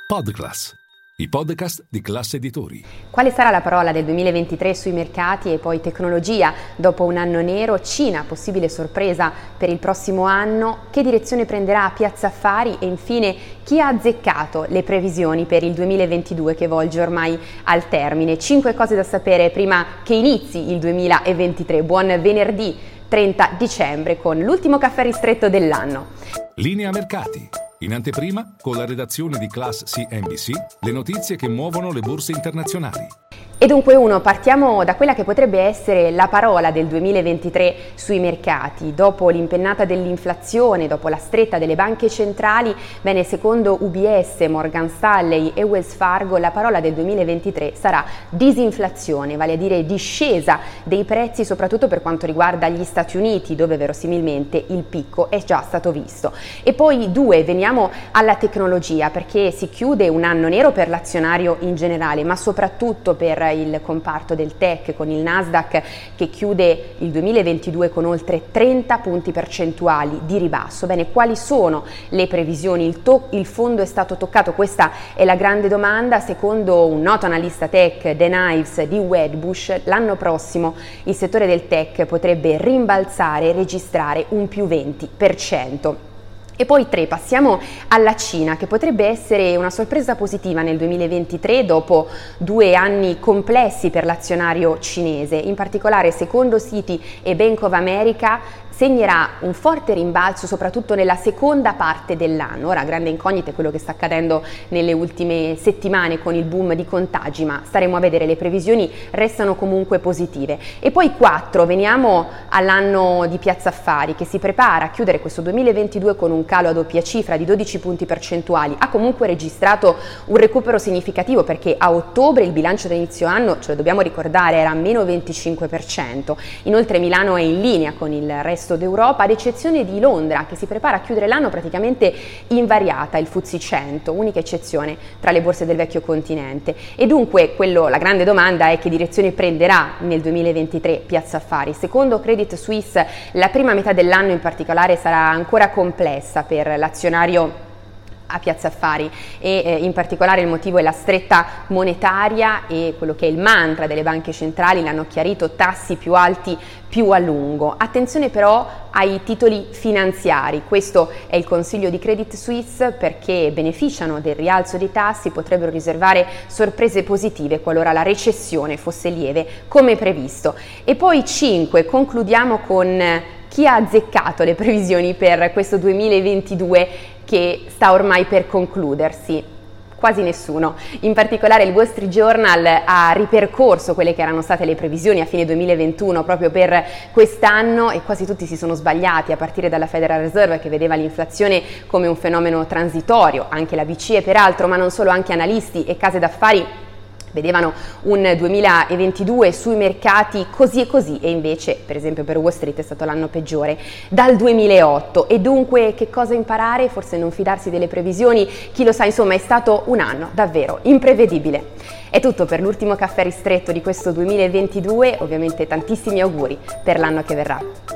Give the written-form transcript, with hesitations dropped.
Podclass, i podcast di Class Editori. Quale sarà la parola del 2023 sui mercati? E poi tecnologia, dopo un anno nero, Cina, possibile sorpresa per il prossimo anno, che direzione prenderà Piazza Affari e infine chi ha azzeccato le previsioni per il 2022 che volge ormai al termine. 5 cose da sapere prima che inizi il 2023. Buon venerdì 30 dicembre con l'ultimo caffè ristretto dell'anno. Linea mercati. In anteprima, con la redazione di Class CNBC, le notizie che muovono le borse internazionali. E dunque partiamo da quella che potrebbe essere la parola del 2023 sui mercati. Dopo l'impennata dell'inflazione, dopo la stretta delle banche centrali, secondo UBS, Morgan Stanley e Wells Fargo, la parola del 2023 sarà disinflazione, vale a dire discesa dei prezzi, soprattutto per quanto riguarda gli Stati Uniti, dove verosimilmente il picco è già stato visto. E poi veniamo alla tecnologia, perché si chiude un anno nero per l'azionario in generale, ma soprattutto per il comparto del tech, con il Nasdaq che chiude il 2022 con oltre 30 punti percentuali di ribasso. Quali sono le previsioni? Il fondo è stato toccato? Questa è la grande domanda. Secondo un noto analista tech, Dan Ives di Wedbush, l'anno prossimo il settore del tech potrebbe rimbalzare e registrare un più 20%. E poi passiamo alla Cina, che potrebbe essere una sorpresa positiva nel 2023 dopo 2 anni complessi per l'azionario cinese. In particolare, secondo Citi e Bank of America, segnerà un forte rimbalzo soprattutto nella seconda parte dell'anno. Ora, grande incognita è quello che sta accadendo nelle ultime settimane con il boom di contagi, ma staremo a vedere. Le previsioni restano comunque positive. E poi 4, veniamo all'anno di Piazza Affari, che si prepara a chiudere questo 2022 con un calo a doppia cifra di 12 punti percentuali. Ha comunque registrato un recupero significativo, perché a ottobre il bilancio da inizio anno, ce lo dobbiamo ricordare, era meno 25%. Inoltre Milano è in linea con il resto d'Europa, ad eccezione di Londra, che si prepara a chiudere l'anno praticamente invariata, il FTSE 100, unica eccezione tra le borse del vecchio continente. E dunque la grande domanda è che direzione prenderà nel 2023 Piazza Affari. Secondo Credit Suisse, la prima metà dell'anno in particolare sarà ancora complessa per l'azionario a Piazza Affari e in particolare il motivo è la stretta monetaria e quello che è il mantra delle banche centrali, l'hanno chiarito: tassi più alti più a lungo. Attenzione però ai titoli finanziari, questo è il consiglio di Credit Suisse, perché beneficiano del rialzo dei tassi, potrebbero riservare sorprese positive qualora la recessione fosse lieve come previsto. E poi 5, concludiamo con chi ha azzeccato le previsioni per questo 2022 che sta ormai per concludersi. Quasi nessuno. In particolare il Wall Street Journal ha ripercorso quelle che erano state le previsioni a fine 2021 proprio per quest'anno e quasi tutti si sono sbagliati, a partire dalla Federal Reserve, che vedeva l'inflazione come un fenomeno transitorio, anche la BCE peraltro, ma non solo, anche analisti e case d'affari vedevano un 2022 sui mercati così e così, e invece per esempio per Wall Street è stato l'anno peggiore dal 2008. E dunque che cosa imparare? Forse non fidarsi delle previsioni, chi lo sa, insomma è stato un anno davvero imprevedibile. È tutto per l'ultimo caffè ristretto di questo 2022, ovviamente tantissimi auguri per l'anno che verrà.